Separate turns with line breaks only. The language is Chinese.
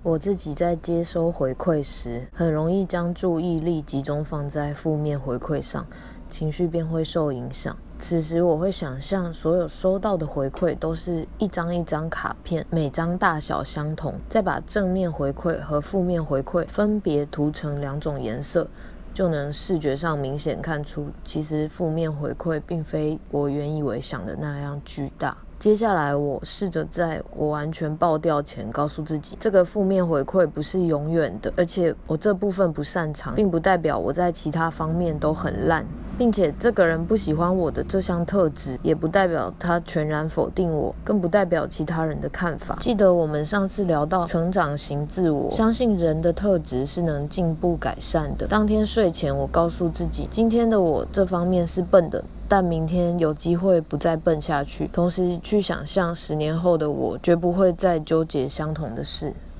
我自己在接收回馈时，很容易将注意力集中放在负面回馈上，情绪便会受影响。此时我会想象所有收到的回馈都是一张一张卡片，每张大小相同，再把正面回馈和负面回馈分别涂成2种颜色，就能视觉上明显看出，其实负面回馈并非我原以为想的那样巨大。接下来我试着在我完全爆掉前告诉自己，这个负面回馈不是永远的，而且我这部分不擅长，并不代表我在其他方面都很烂，并且这个人不喜欢我的这项特质，也不代表他全然否定我，更不代表其他人的看法。记得我们上次聊到成长型自我，相信人的特质是能进步改善的。当天睡前我告诉自己，今天的我这方面是笨的，但明天有机会不再笨下去，同时去想象10年后的我绝不会再纠结相同的事。